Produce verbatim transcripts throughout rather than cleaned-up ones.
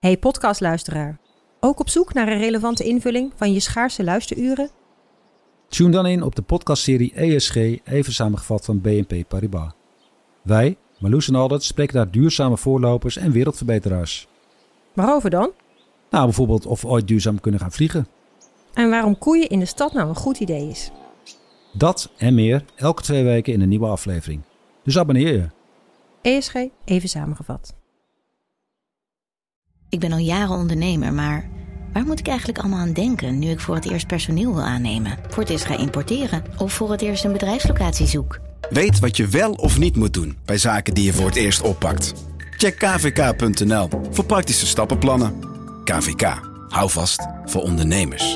Hey podcastluisteraar, ook op zoek naar een relevante invulling van je schaarse luisteruren? Tune dan in op de podcastserie E S G, even samengevat van B N P Paribas. Wij, Marloes en Aldert, spreken daar duurzame voorlopers en wereldverbeteraars. Waarover dan? Nou, bijvoorbeeld of we ooit duurzaam kunnen gaan vliegen. En waarom koeien in de stad nou een goed idee is. Dat en meer elke twee weken in een nieuwe aflevering. Dus abonneer je. E S G, even samengevat. Ik ben al jaren ondernemer, maar waar moet ik eigenlijk allemaal aan denken nu ik voor het eerst personeel wil aannemen, voor het eerst ga importeren of voor het eerst een bedrijfslocatie zoek? Weet wat je wel of niet moet doen bij zaken die je voor het eerst oppakt. Check k v k punt n l voor praktische stappenplannen. K V K, hou vast voor ondernemers.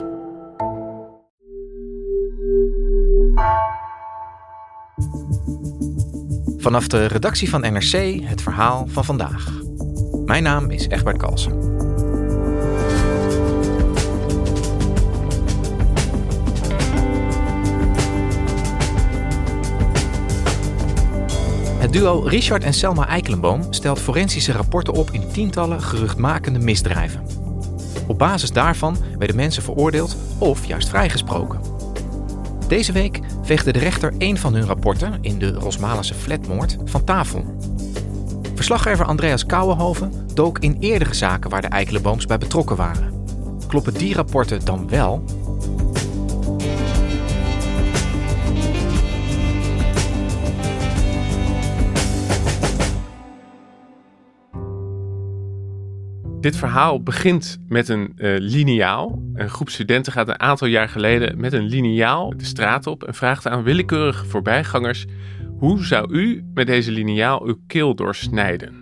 Vanaf de redactie van N R C het verhaal van vandaag. Mijn naam is Egbert Kalsen. Het duo Richard en Selma Eikelenboom stelt forensische rapporten op in tientallen geruchtmakende misdrijven. Op basis daarvan werden mensen veroordeeld of juist vrijgesproken. Deze week veegde de rechter één van hun rapporten in de Rosmalense flatmoord van tafel. Verslaggever Andreas Kouwenhoven dook in eerdere zaken waar de Eikelenbooms bij betrokken waren. Kloppen die rapporten dan wel? Dit verhaal begint met een uh, liniaal. Een groep studenten gaat een aantal jaar geleden met een liniaal de straat op en vraagt aan willekeurige voorbijgangers: hoe zou u met deze liniaal uw keel doorsnijden?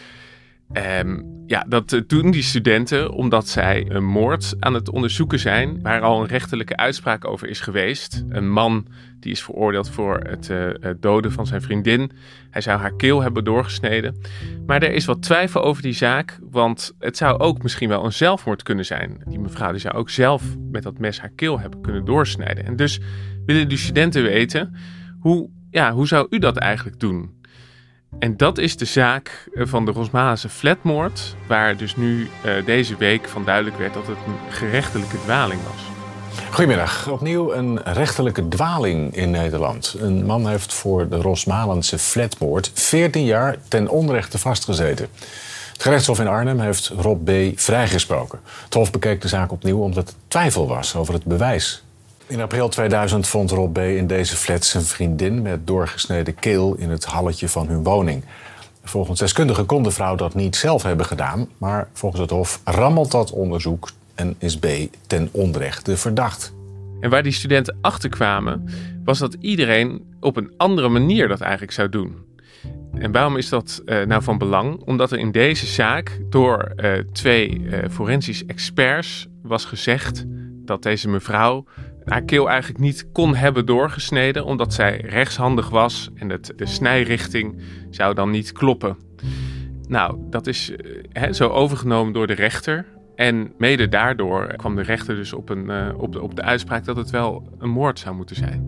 Um, ja, dat uh, doen die studenten omdat zij een moord aan het onderzoeken zijn, waar al een rechterlijke uitspraak over is geweest. Een man die is veroordeeld voor het uh, doden van zijn vriendin. Hij zou haar keel hebben doorgesneden. Maar er is wat twijfel over die zaak, want het zou ook misschien wel een zelfmoord kunnen zijn. Die mevrouw die zou ook zelf met dat mes haar keel hebben kunnen doorsnijden. En dus willen de studenten weten, hoe, ja, hoe zou u dat eigenlijk doen? En dat is de zaak van de Rosmalense flatmoord, waar dus nu uh, deze week van duidelijk werd dat het een gerechtelijke dwaling was. Goedemiddag. Opnieuw een rechterlijke dwaling in Nederland. Een man heeft voor de Rosmalense flatmoord veertien jaar ten onrechte vastgezeten. Het gerechtshof in Arnhem heeft Rob B. vrijgesproken. Het hof bekeek de zaak opnieuw omdat er twijfel was over het bewijs. In april tweeduizend vond Rob B. in deze flat zijn vriendin met doorgesneden keel in het halletje van hun woning. Volgens deskundigen kon de vrouw dat niet zelf hebben gedaan, maar volgens het hof rammelt dat onderzoek en is B. ten onrechte verdacht. En waar die studenten achter kwamen, was dat iedereen op een andere manier dat eigenlijk zou doen. En waarom is dat uh, nou van belang? Omdat er in deze zaak door uh, twee uh, forensisch experts was gezegd dat deze mevrouw haar keel eigenlijk niet kon hebben doorgesneden, omdat zij rechtshandig was en het, de snijrichting zou dan niet kloppen. Nou, dat is uh, he, zo overgenomen door de rechter. En mede daardoor kwam de rechter dus op, een, uh, op, de, op de uitspraak dat het wel een moord zou moeten zijn.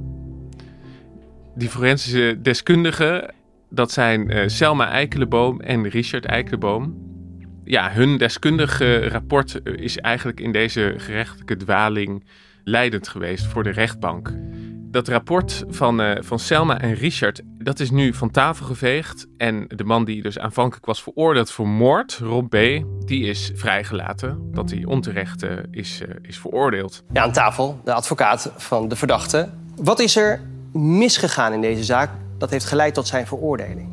Die forensische deskundigen, dat zijn uh, Selma Eikelenboom en Richard Eikelenboom. Ja, hun deskundige rapport is eigenlijk in deze gerechtelijke dwaling leidend geweest voor de rechtbank. Dat rapport van, uh, van Selma en Richard, dat is nu van tafel geveegd. En de man die dus aanvankelijk was veroordeeld voor moord, Rob B., die is vrijgelaten. Dat hij onterecht uh, is, uh, is veroordeeld. Ja, aan tafel, de advocaat van de verdachte. Wat is er misgegaan in deze zaak dat heeft geleid tot zijn veroordeling?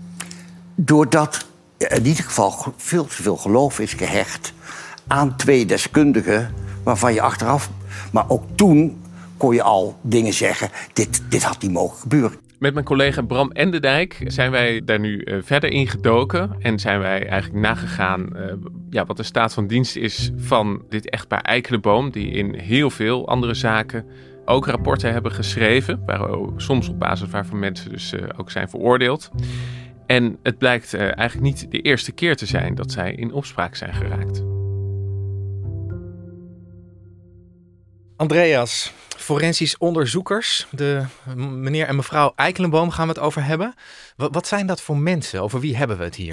Doordat in ieder geval veel te veel geloof is gehecht aan twee deskundigen waarvan je achteraf, maar ook toen kon je al dingen zeggen, dit, dit had niet mogen gebeuren. Met mijn collega Bram Enderdijk zijn wij daar nu uh, verder in gedoken en zijn wij eigenlijk nagegaan uh, ja, wat de staat van dienst is van dit echtpaar Eikelenboom, die in heel veel andere zaken ook rapporten hebben geschreven, waar ook soms op basis waarvan mensen dus uh, ook zijn veroordeeld. En het blijkt uh, eigenlijk niet de eerste keer te zijn dat zij in opspraak zijn geraakt. Andreas, forensisch onderzoekers, de meneer en mevrouw Eikelenboom gaan we het over hebben. Wat, wat zijn dat voor mensen? Over wie hebben we het hier?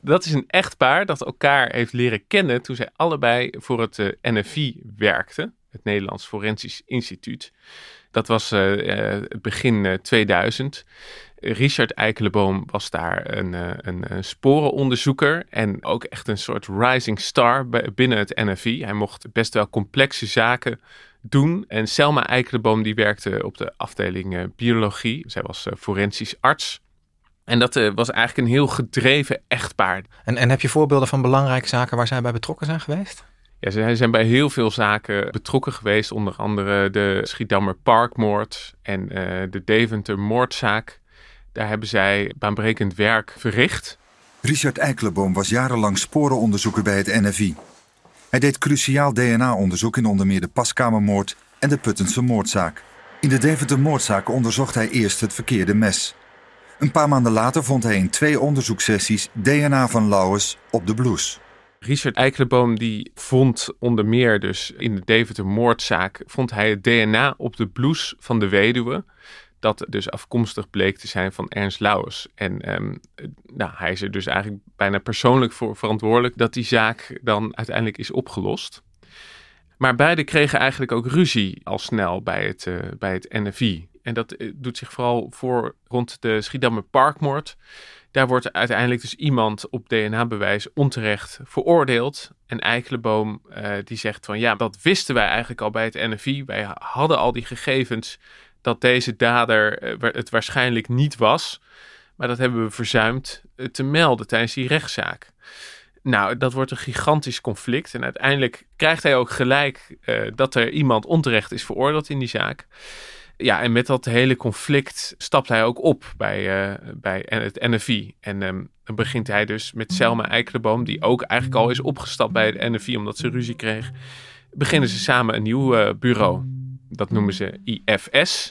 Dat is een echtpaar dat elkaar heeft leren kennen toen zij allebei voor het uh, N F I werkten. Het Nederlands Forensisch Instituut. Dat was uh, uh, begin uh, tweeduizend. Richard Eikelenboom was daar een, uh, een, een sporenonderzoeker en ook echt een soort rising star binnen het N F I. Hij mocht best wel complexe zaken doen. En Selma Eikelenboom die werkte op de afdeling uh, biologie. Zij was uh, forensisch arts. En dat uh, was eigenlijk een heel gedreven echtpaar. En, en heb je voorbeelden van belangrijke zaken waar zij bij betrokken zijn geweest? Ja, ze zijn bij heel veel zaken betrokken geweest. Onder andere de Schiedammer Parkmoord en uh, de Deventer moordzaak. Daar hebben zij baanbrekend werk verricht. Richard Eikelenboom was jarenlang sporenonderzoeker bij het N F I. Hij deed cruciaal D N A-onderzoek in onder meer de Paskamermoord en de Puttense moordzaak. In de Deventer moordzaak onderzocht hij eerst het verkeerde mes. Een paar maanden later vond hij in twee onderzoekssessies D N A van Lauwers op de blouse. Richard Eikelenboom die vond onder meer dus in de Deventer moordzaak vond hij het D N A op de blouse van de weduwe. Dat dus afkomstig bleek te zijn van Ernst Lauwers. En um, nou, hij is er dus eigenlijk bijna persoonlijk voor verantwoordelijk dat die zaak dan uiteindelijk is opgelost. Maar beide kregen eigenlijk ook ruzie al snel bij het, uh, bij het N F I. En dat uh, doet zich vooral voor rond de Schiedammer Parkmoord. Daar wordt uiteindelijk dus iemand op D N A-bewijs onterecht veroordeeld. En Eikelenboom uh, die zegt van ja, dat wisten wij eigenlijk al bij het N F I. Wij hadden al die gegevens dat deze dader uh, het waarschijnlijk niet was. Maar dat hebben we verzuimd uh, te melden tijdens die rechtszaak. Nou, dat wordt een gigantisch conflict. En uiteindelijk krijgt hij ook gelijk uh, dat er iemand onterecht is veroordeeld in die zaak. Ja, en met dat hele conflict stapt hij ook op bij, uh, bij het N F I. En um, dan begint hij dus met Selma Eikelenboom, die ook eigenlijk al is opgestapt bij het N F I omdat ze ruzie kreeg. Beginnen ze samen een nieuw uh, bureau. Dat noemen ze I F S,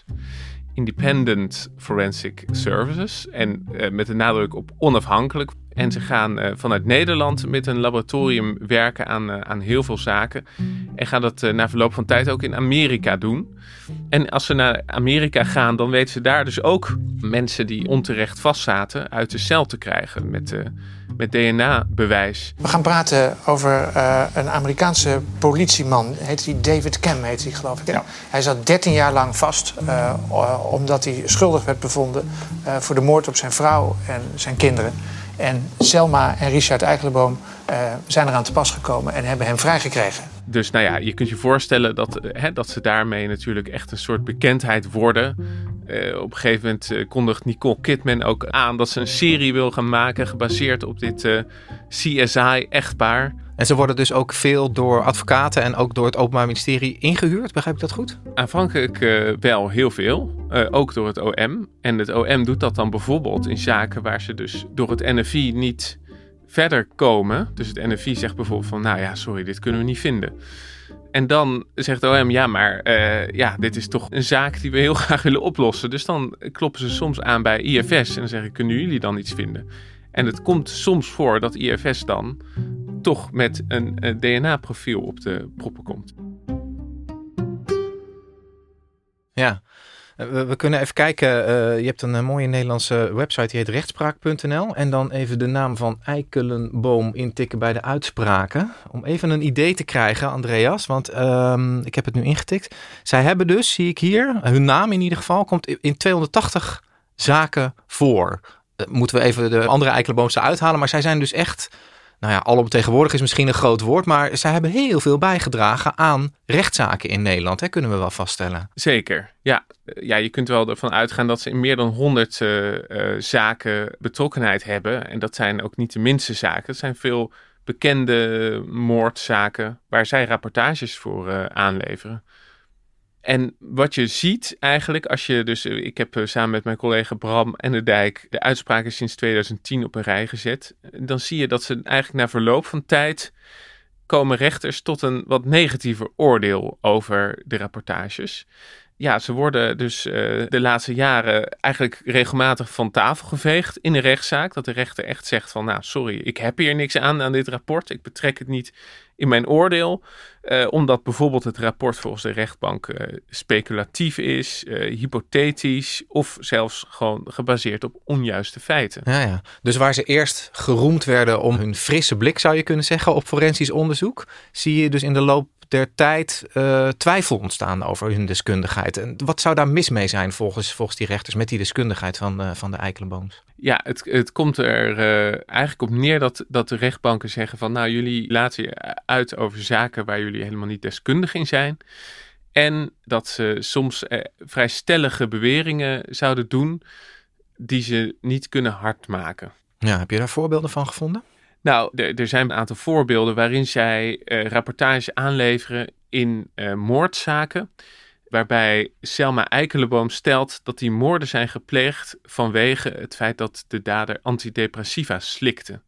Independent Forensic Services. En uh, met de nadruk op onafhankelijk. En ze gaan uh, vanuit Nederland met een laboratorium werken aan, uh, aan heel veel zaken. En gaan dat uh, na verloop van tijd ook in Amerika doen. En als ze naar Amerika gaan, dan weten ze daar dus ook mensen die onterecht vastzaten uit de cel te krijgen met, uh, met D N A-bewijs. We gaan praten over uh, een Amerikaanse politieman. Heet hij David Kem, heet hij geloof ik. Ja. Hij zat dertien jaar lang vast uh, uh, omdat hij schuldig werd bevonden uh, voor de moord op zijn vrouw en zijn kinderen. En Selma en Richard Eikelenboom uh, zijn eraan te pas gekomen en hebben hem vrijgekregen. Dus nou ja, je kunt je voorstellen dat, hè, dat ze daarmee natuurlijk echt een soort bekendheid worden. Uh, op een gegeven moment uh, kondigt Nicole Kidman ook aan dat ze een serie wil gaan maken gebaseerd op dit uh, C S I-echtpaar. En ze worden dus ook veel door advocaten en ook door het Openbaar Ministerie ingehuurd. Begrijp ik dat goed? Aanvankelijk uh, wel heel veel. Uh, ook door het O M. En het O M doet dat dan bijvoorbeeld in zaken waar ze dus door het N F I niet verder komen. Dus het N F I zegt bijvoorbeeld van, nou ja, sorry, dit kunnen we niet vinden. En dan zegt het O M, ja, maar uh, ja, dit is toch een zaak die we heel graag willen oplossen. Dus dan kloppen ze soms aan bij I F S en dan zeggen, kunnen jullie dan iets vinden? En het komt soms voor dat I F S dan toch met een, een D N A-profiel op de proppen komt. Ja, we, we kunnen even kijken. Uh, je hebt een, een mooie Nederlandse website, die heet rechtspraak punt n l. En dan even de naam van Eikelenboom intikken bij de uitspraken. Om even een idee te krijgen, Andreas. Want um, ik heb het nu ingetikt. Zij hebben dus, zie ik hier, hun naam in ieder geval, komt in tweehonderdtachtig zaken voor. Uh, moeten we even de andere Eikelenbooms uithalen. Maar zij zijn dus echt, nou ja, alomtegenwoordig is misschien een groot woord, maar zij hebben heel veel bijgedragen aan rechtszaken in Nederland, hè, kunnen we wel vaststellen. Zeker, ja. Ja, je kunt wel ervan uitgaan dat ze in meer dan honderd uh, uh, zaken betrokkenheid hebben. En dat zijn ook niet de minste zaken. Het zijn veel bekende moordzaken waar zij rapportages voor uh, aanleveren. En wat je ziet eigenlijk als je dus, ik heb samen met mijn collega Bram en de Dijk de uitspraken sinds tweeduizend tien op een rij gezet. Dan zie je dat ze eigenlijk na verloop van tijd komen rechters tot een wat negatiever oordeel over de rapportages. ja, ze worden dus uh, de laatste jaren eigenlijk regelmatig van tafel geveegd in een rechtszaak. Dat de rechter echt zegt van, nou sorry, ik heb hier niks aan aan dit rapport. Ik betrek het niet in mijn oordeel. Uh, omdat bijvoorbeeld het rapport volgens de rechtbank uh, speculatief is, uh, hypothetisch of zelfs gewoon gebaseerd op onjuiste feiten. Ja, ja. Dus waar ze eerst geroemd werden om hun frisse blik, zou je kunnen zeggen, op forensisch onderzoek, zie je dus in de loop der tijd uh, twijfel ontstaan over hun deskundigheid. En wat zou daar mis mee zijn volgens, volgens die rechters met die deskundigheid van, uh, van de Eikelenbooms? Ja, het, het komt er uh, eigenlijk op neer dat, dat de rechtbanken zeggen van, nou, jullie laten je uit over zaken waar jullie helemaal niet deskundig in zijn. En dat ze soms uh, vrij stellige beweringen zouden doen die ze niet kunnen hardmaken. Ja, heb je daar voorbeelden van gevonden? Nou, er, er zijn een aantal voorbeelden waarin zij uh, rapportages aanleveren in uh, moordzaken, waarbij Selma Eikelenboom stelt dat die moorden zijn gepleegd vanwege het feit dat de dader antidepressiva slikte.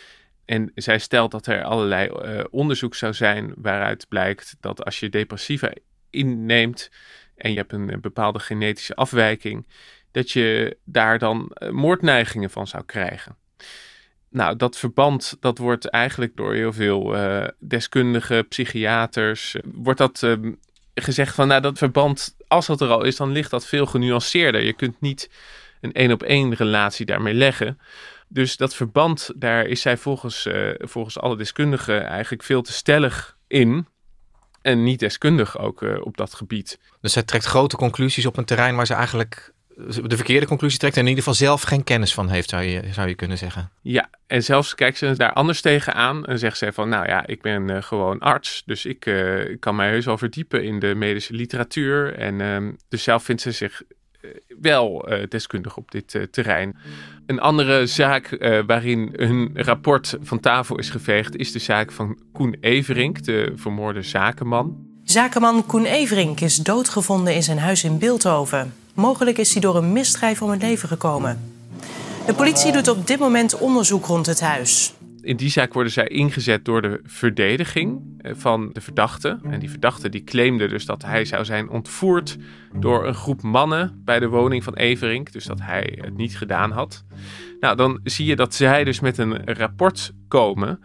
En zij stelt dat er allerlei uh, onderzoek zou zijn waaruit blijkt dat als je depressiva inneemt en je hebt een, een bepaalde genetische afwijking, dat je daar dan uh, moordneigingen van zou krijgen. Nou, dat verband, dat wordt eigenlijk door heel veel uh, deskundigen, psychiaters, uh, wordt dat uh, gezegd van, nou, dat verband, als dat er al is, dan ligt dat veel genuanceerder. Je kunt niet een één-op-één relatie daarmee leggen. Dus dat verband, daar is zij volgens, uh, volgens alle deskundigen eigenlijk veel te stellig in. En niet deskundig ook uh, op dat gebied. Dus zij trekt grote conclusies op een terrein waar ze eigenlijk de verkeerde conclusie trekt en in ieder geval zelf geen kennis van heeft, zou je, zou je kunnen zeggen. Ja, en zelfs kijkt ze daar anders tegenaan en zegt ze van, nou ja, ik ben uh, gewoon arts, dus ik uh, kan mij heus wel verdiepen in de medische literatuur. En uh, dus zelf vindt ze zich uh, wel uh, deskundig op dit uh, terrein. Een andere zaak uh, waarin hun rapport van tafel is geveegd is de zaak van Koen Everink, de vermoorde zakenman. Zakenman Koen Everink is doodgevonden in zijn huis in Bilthoven. Mogelijk is hij door een misdrijf om het leven gekomen. De politie doet op dit moment onderzoek rond het huis. In die zaak worden zij ingezet door de verdediging van de verdachte. En die verdachte die claimde dus dat hij zou zijn ontvoerd door een groep mannen bij de woning van Everink. Dus dat hij het niet gedaan had. Nou, dan zie je dat zij dus met een rapport komen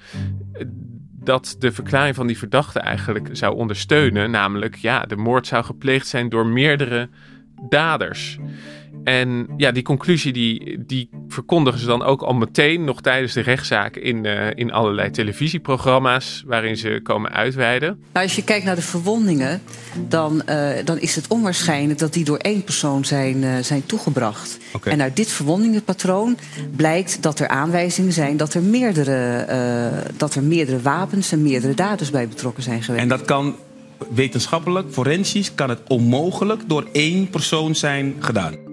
dat de verklaring van die verdachte eigenlijk zou ondersteunen. Namelijk, ja, de moord zou gepleegd zijn door meerdere daders. En ja, die conclusie die, die verkondigen ze dan ook al meteen nog tijdens de rechtszaak in, uh, in allerlei televisieprogramma's waarin ze komen uitweiden. Nou, als je kijkt naar de verwondingen, dan, uh, dan is het onwaarschijnlijk dat die door één persoon zijn, uh, zijn toegebracht. Okay. En uit dit verwondingenpatroon blijkt dat er aanwijzingen zijn dat er meerdere, uh, dat er meerdere wapens en meerdere daders bij betrokken zijn geweest. En dat kan wetenschappelijk, forensisch, kan het onmogelijk door één persoon zijn gedaan.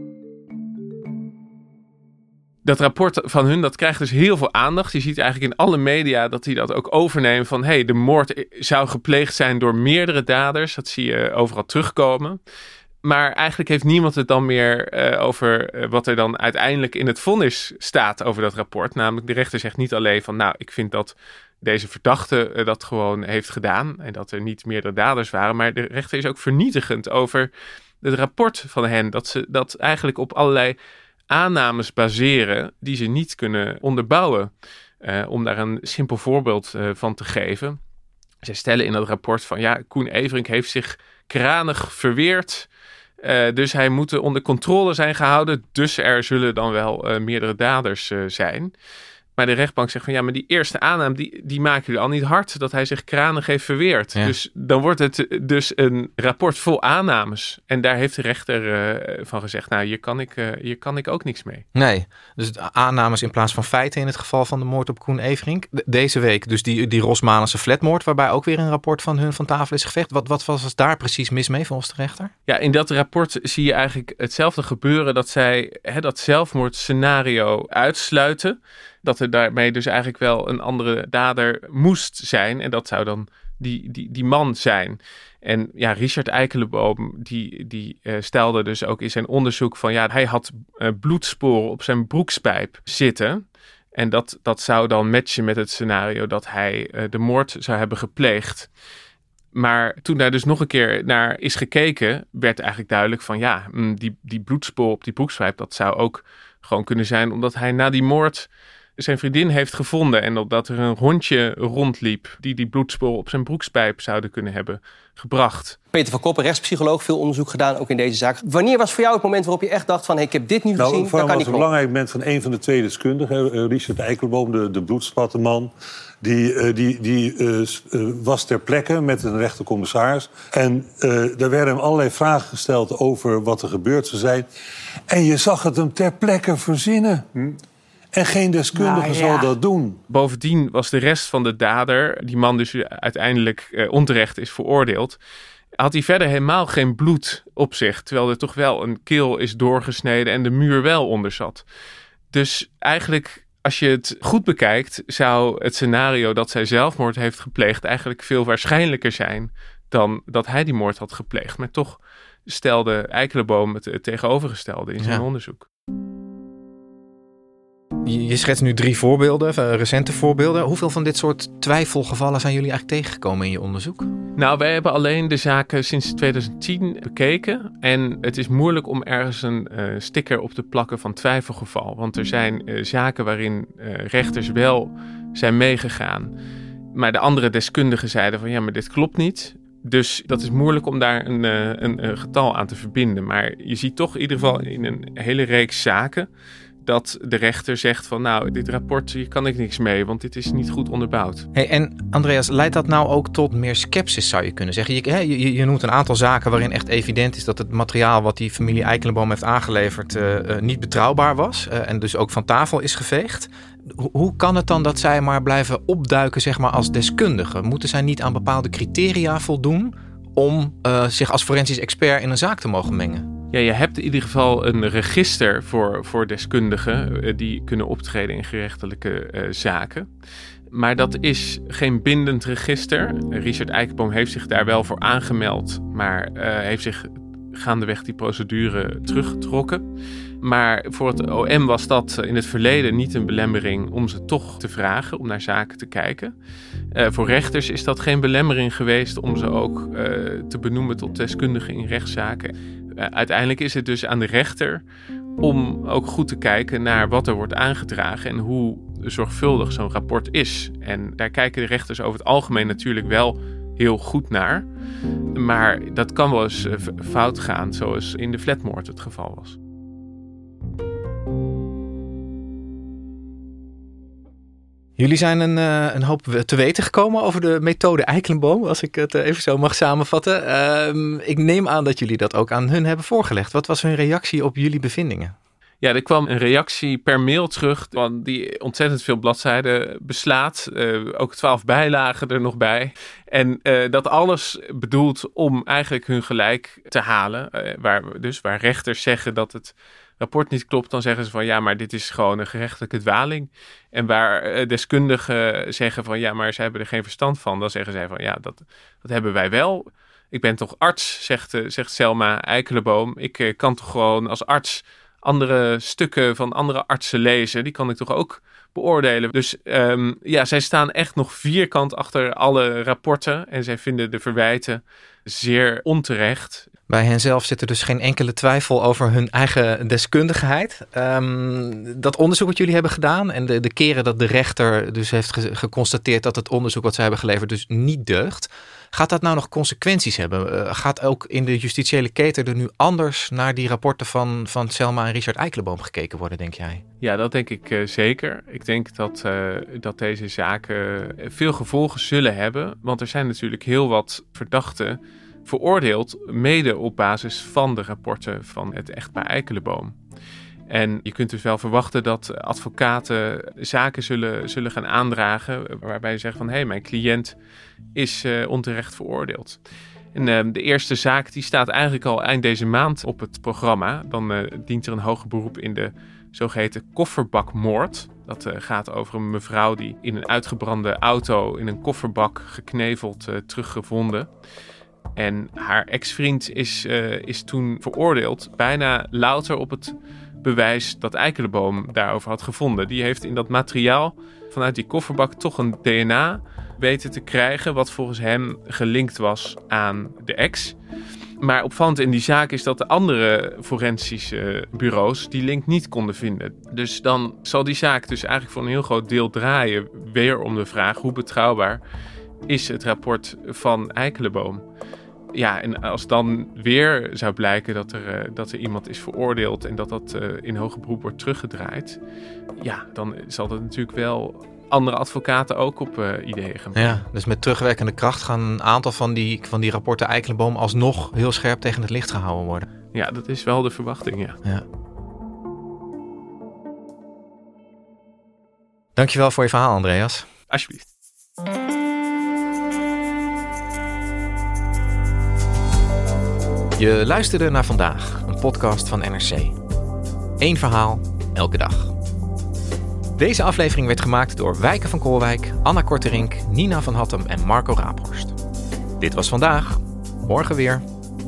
Dat rapport van hun, dat krijgt dus heel veel aandacht. Je ziet eigenlijk in alle media dat die dat ook overnemen van, hey, de moord zou gepleegd zijn door meerdere daders. Dat zie je overal terugkomen. Maar eigenlijk heeft niemand het dan meer uh, over uh, wat er dan uiteindelijk in het vonnis staat over dat rapport. Namelijk, de rechter zegt niet alleen van, nou, ik vind dat deze verdachte uh, dat gewoon heeft gedaan en dat er niet meerdere daders waren. Maar de rechter is ook vernietigend over het rapport van hen. Dat ze dat eigenlijk op allerlei aannames baseren die ze niet kunnen onderbouwen. Uh, om daar een simpel voorbeeld uh, van te geven. Zij stellen in dat rapport van, ja, Koen Everink heeft zich kranig verweerd. Uh, dus hij moet onder controle zijn gehouden. Dus er zullen dan wel uh, meerdere daders uh, zijn. Maar de rechtbank zegt van, ja, maar die eerste aanname, die, die maken jullie al niet hard, dat hij zich kranig heeft verweerd. Ja. Dus dan wordt het dus een rapport vol aannames. En daar heeft de rechter uh, van gezegd, nou, hier kan, ik, uh, hier kan ik ook niks mee. Nee, dus aannames in plaats van feiten in het geval van de moord op Koen Everink. Deze week dus die, die Rosmalense flatmoord, waarbij ook weer een rapport van hun van tafel is geveegd. Wat, wat was daar precies mis mee volgens de rechter? Ja, in dat rapport zie je eigenlijk hetzelfde gebeuren, dat zij hè, dat zelfmoordscenario uitsluiten. Dat er daarmee dus eigenlijk wel een andere dader moest zijn. En dat zou dan die, die, die man zijn. En ja, Richard Eikelenboom, die, die uh, stelde dus ook in zijn onderzoek van, ja, hij had uh, bloedsporen op zijn broekspijp zitten. En dat, dat zou dan matchen met het scenario dat hij uh, de moord zou hebben gepleegd. Maar toen daar dus nog een keer naar is gekeken, werd eigenlijk duidelijk van ja, die, die bloedspoor op die broekspijp, dat zou ook gewoon kunnen zijn omdat hij na die moord zijn vriendin heeft gevonden en dat er een hondje rondliep die die bloedspoor op zijn broekspijp zouden kunnen hebben gebracht. Peter van Koppen, rechtspsycholoog, veel onderzoek gedaan, ook in deze zaak. Wanneer was voor jou het moment waarop je echt dacht van hey, ik heb dit nu nou, gezien, dat kan niet kloppen? Het belangrijk moment van een van de twee deskundigen, Richard Eikelboom, de, de bloedspattenman, die, uh, die, die uh, uh, was ter plekke met een rechtercommissaris. En uh, er werden hem allerlei vragen gesteld over wat er gebeurd zou zijn. En je zag het hem ter plekke verzinnen. Hm? En geen deskundige nou, ja. zal dat doen. Bovendien was de rest van de dader, die man dus uiteindelijk uh, onterecht is veroordeeld, had hij verder helemaal geen bloed op zich. Terwijl er toch wel een keel is doorgesneden en de muur wel onder zat. Dus eigenlijk, als je het goed bekijkt, zou het scenario dat zij zelfmoord heeft gepleegd eigenlijk veel waarschijnlijker zijn dan dat hij die moord had gepleegd. Maar toch stelde Eikelboom het, het tegenovergestelde in zijn ja. onderzoek. Je schetst nu drie voorbeelden, uh, recente voorbeelden. Hoeveel van dit soort twijfelgevallen zijn jullie eigenlijk tegengekomen in je onderzoek? Nou, wij hebben alleen de zaken sinds twintig tien bekeken. En het is moeilijk om ergens een uh, sticker op te plakken van twijfelgeval. Want er zijn uh, zaken waarin uh, rechters wel zijn meegegaan. Maar de andere deskundigen zeiden van ja, maar dit klopt niet. Dus dat is moeilijk om daar een, uh, een, een getal aan te verbinden. Maar je ziet toch in ieder geval in een hele reeks zaken dat de rechter zegt van nou, dit rapport, hier kan ik niks mee, want dit is niet goed onderbouwd. Hey, en Andreas, leidt dat nou ook tot meer scepsis, zou je kunnen zeggen? Je, je, je noemt een aantal zaken waarin echt evident is dat het materiaal wat die familie Eikelboom heeft aangeleverd uh, uh, niet betrouwbaar was uh, en dus ook van tafel is geveegd. Ho- hoe kan het dan dat zij maar blijven opduiken, zeg maar, als deskundigen? Moeten zij niet aan bepaalde criteria voldoen om uh, zich als forensisch expert in een zaak te mogen mengen? Ja, je hebt in ieder geval een register voor, voor deskundigen uh, die kunnen optreden in gerechtelijke uh, zaken. Maar dat is geen bindend register. Richard Eikelboom heeft zich daar wel voor aangemeld, maar uh, heeft zich gaandeweg die procedure teruggetrokken. Maar voor het O M was dat in het verleden niet een belemmering om ze toch te vragen, om naar zaken te kijken. Uh, voor rechters is dat geen belemmering geweest om ze ook uh, te benoemen tot deskundigen in rechtszaken. Uh, uiteindelijk is het dus aan de rechter om ook goed te kijken naar wat er wordt aangedragen en hoe zorgvuldig zo'n rapport is. En daar kijken de rechters over het algemeen natuurlijk wel heel goed naar. Maar dat kan wel eens fout gaan, zoals in de flatmoord het geval was. Jullie zijn een, uh, een hoop te weten gekomen over de methode Eikelboom, als ik het even zo mag samenvatten. Uh, ik neem aan dat jullie dat ook aan hun hebben voorgelegd. Wat was hun reactie op jullie bevindingen? Ja, er kwam een reactie per mail terug, want die ontzettend veel bladzijden beslaat. Uh, ook twaalf bijlagen er nog bij. En uh, dat alles bedoeld om eigenlijk hun gelijk te halen. Uh, waar, dus waar rechters zeggen dat het rapport niet klopt, dan zeggen ze van ja, maar dit is gewoon een gerechtelijke dwaling. En waar uh, deskundigen zeggen van ja, maar ze hebben er geen verstand van, dan zeggen zij van ja, dat, dat hebben wij wel. Ik ben toch arts, zegt, uh, zegt Selma Eikelboom. Ik uh, kan toch gewoon als arts andere stukken van andere artsen lezen. Die kan ik toch ook beoordelen. Dus um, ja, zij staan echt nog vierkant achter alle rapporten. En zij vinden de verwijten zeer onterecht. Bij hen zelf zit er dus geen enkele twijfel over hun eigen deskundigheid. Um, dat onderzoek wat jullie hebben gedaan en de, de keren dat de rechter dus heeft ge- geconstateerd dat het onderzoek wat zij hebben geleverd dus niet deugt. Gaat dat nou nog consequenties hebben? Uh, gaat ook in de justitiële keten er nu anders naar die rapporten van, van Selma en Richard Eikelboom gekeken worden, denk jij? Ja, dat denk ik uh, zeker. Ik denk dat, uh, dat deze zaken veel gevolgen zullen hebben. Want er zijn natuurlijk heel wat verdachten veroordeeld, mede op basis van de rapporten van het echtpaar Eikelboom. En je kunt dus wel verwachten dat advocaten zaken zullen, zullen gaan aandragen waarbij ze zeggen van hé, hey, mijn cliënt is uh, onterecht veroordeeld. En uh, de eerste zaak die staat eigenlijk al eind deze maand op het programma. Dan uh, dient er een hoger beroep in de zogeheten kofferbakmoord. Dat uh, gaat over een mevrouw die in een uitgebrande auto in een kofferbak gekneveld uh, teruggevonden. En haar ex-vriend is, uh, is toen veroordeeld, bijna louter op het bewijs dat Eikelboom daarover had gevonden. Die heeft in dat materiaal vanuit die kofferbak toch een D N A weten te krijgen wat volgens hem gelinkt was aan de ex. Maar opvallend in die zaak is dat de andere forensische bureaus die link niet konden vinden. Dus dan zal die zaak dus eigenlijk voor een heel groot deel draaien weer om de vraag hoe betrouwbaar is het rapport van Eikelenboom. Ja, en als dan weer zou blijken dat er, uh, dat er iemand is veroordeeld en dat dat uh, in hoger beroep wordt teruggedraaid, ja, dan zal dat natuurlijk wel andere advocaten ook op uh, ideeën gaan brengen. Ja, dus met terugwerkende kracht gaan een aantal van die, van die rapporten Eikelenboom alsnog heel scherp tegen het licht gehouden worden. Ja, dat is wel de verwachting, ja. ja. Dankjewel voor je verhaal, Andreas. Alsjeblieft. Je luisterde naar Vandaag, een podcast van N R C. Eén verhaal, elke dag. Deze aflevering werd gemaakt door Wijke van Koolwijk, Anna Korterink, Nina van Hattem en Marco Raaphorst. Dit was Vandaag. Morgen weer.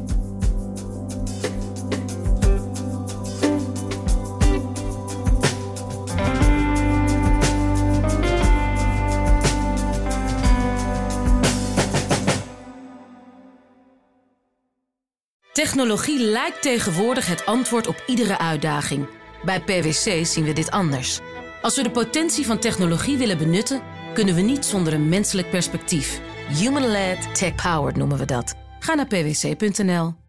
Technologie lijkt tegenwoordig het antwoord op iedere uitdaging. Bij P W C zien we dit anders. Als we de potentie van technologie willen benutten, kunnen we niet zonder een menselijk perspectief. Human-led, tech-powered noemen we dat. Ga naar p w c punt n l.